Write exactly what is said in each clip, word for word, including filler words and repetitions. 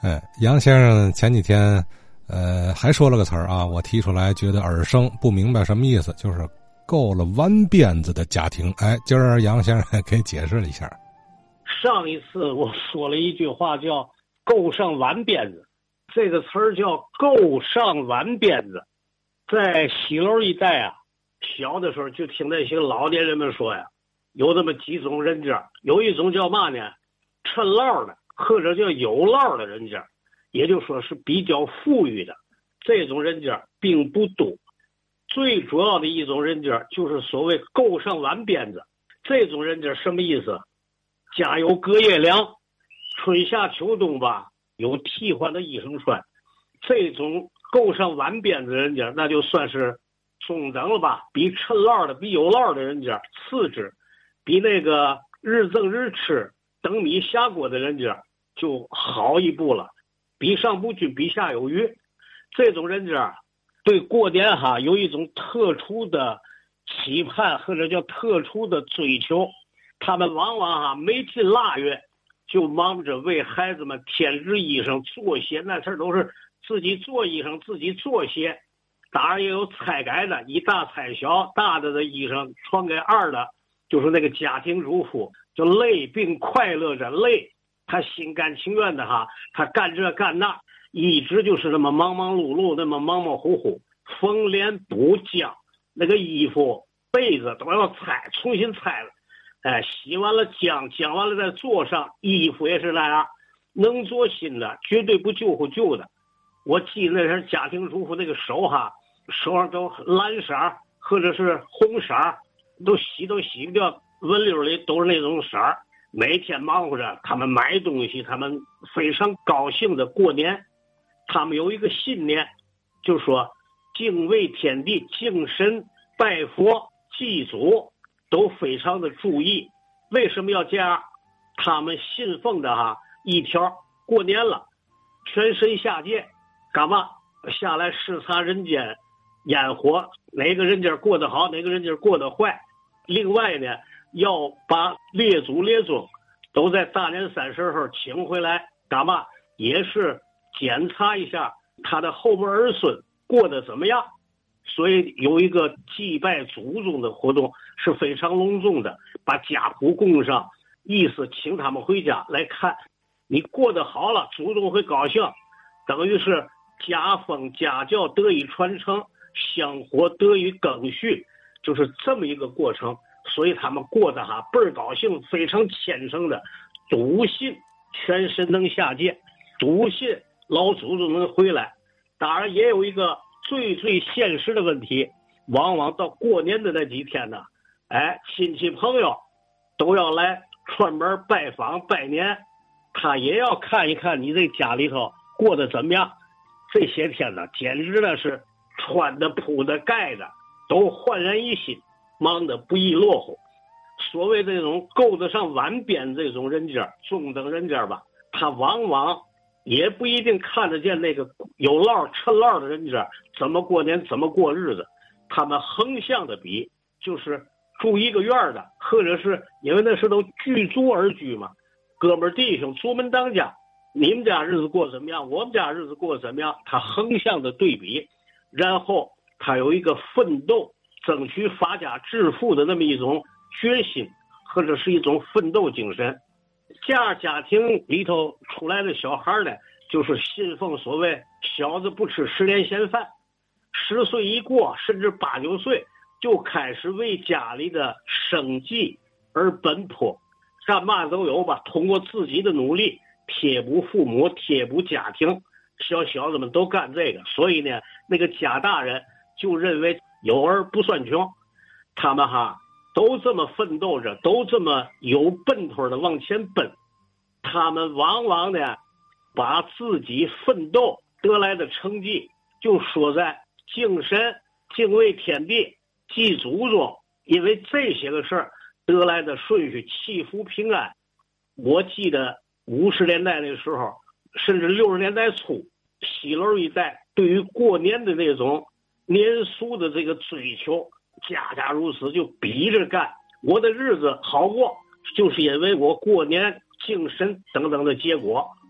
哎，杨先生前几天，呃，还说了个词儿啊，我提出来觉得耳生，不明白什么意思，就是够了弯辫子的家庭。哎，今儿杨先生给解释了一下。 上一次我说了一句话叫“够上弯辫子”，这个词儿叫“够上弯辫子”。在西楼一带啊，小的时候就听那些老年人们说呀，有这么几种人家，有一种叫嘛呢？趁lau的，或者叫有lau的人家，也就说是比较富裕的，这种人家并不多。最主要的一种人家就是所谓够上弯辫子。这种人家什么意思？家有隔夜粮，春夏秋冬吧有替换的衣裳穿。这种够上弯辫子的人家，那就算是中等了吧，比趁lau的比有lau的人家次之，比那个日挣日吃等米下锅的人家就好一步了，比上不均比下有余。这种人家对过年哈有一种特殊的期盼，或者叫特殊的追求。他们往往哈没进腊月就忙着为孩子们添置衣裳做鞋，那事儿都是自己做衣裳自己做鞋。当然也有拆改的，一大拆小，大的的衣裳传给二的，就是那个家庭主妇，就累并快乐着累，他心甘情愿的哈，他干这干那，一直就是那么忙忙碌碌，那么忙忙乎乎，缝连补浆，那个衣服被子都要拆，重新拆了，哎，洗完了浆，浆完了再做上，衣服也是那样，能做新的绝对不救乎旧的。我记得那是家庭主妇那个手哈，手上都蓝色或者是红色，都洗都洗不掉，纹溜里都是那种色儿。每天忙活着，他们买东西，他们非常高兴的过年。他们有一个信念，就是说敬畏天地、敬神、拜佛、祭祖都非常的注意。为什么要这样？他们信奉的哈一条，过年了，全身下界，干嘛下来视察人间烟火，哪个人家过得好，哪个人家过得坏。另外呢，要把列祖列宗都在大年三十后请回来，干嘛也是检查一下他的后辈儿孙过得怎么样。所以有一个祭拜祖宗的活动是非常隆重的，把家谱供上，意思请他们回家来看，你过得好了，祖宗会高兴，等于是家风家教得以传承，香火得以更续，就是这么一个过程。所以他们过得哈倍儿高兴，非常虔诚的笃信全身能下界，笃信老祖宗能回来。当然也有一个最最现实的问题，往往到过年的那几天呢，哎，亲戚朋友都要来串门拜访拜年，他也要看一看你这家里头过得怎么样。这些天呢，简直呢是穿的铺的盖的都焕然一新，忙得不亦乐乎。所谓这种够得上碗边这种人家，中等人家吧，他往往也不一定看得见那个有lau趁lau的人家怎么过年怎么过日子。他们横向的比，就是住一个院的，或者是因为那时都聚族而居嘛，哥们弟兄出门当家，你们家日子过怎么样，我们家日子过怎么样，他横向的对比，然后他有一个奋斗争取发家致富的那么一种决心，或者是一种奋斗精神。这样家庭里头出来的小孩呢，就是信奉所谓小子不吃十年闲饭，十岁一过甚至八九岁就开始为家里的生计而奔波，干嘛都有吧，通过自己的努力贴补父母，贴补家庭，小小子们都干这个。所以呢，那个家大人就认为有儿不算穷，他们哈都这么奋斗着，都这么有奔头的往前奔。他们往往呢把自己奋斗得来的成绩就说在敬神、敬畏天地、祭祖宗，因为这些个事儿得来的顺序祈福平安。我记得五十年代那时候，甚至六十年代初，西楼一带对于过年的那种年俗的这个追求，家家如此，就逼着干。我的日子好过，就是因为我过年敬神等等的结果。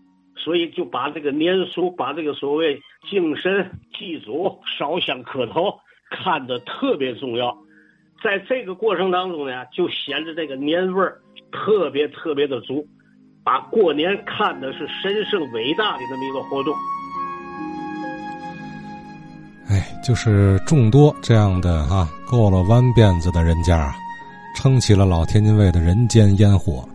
所以就把这个年俗，把这个所谓敬神祭祖、烧香磕头看得特别重要。在这个过程当中呢，就显得这个年味儿特别特别的足，把过年看的是神圣伟大的这么一个活动。 哎，就是众多这样的哈、啊、够了弯辫子的人家啊，撑起了老天津卫的人间烟火。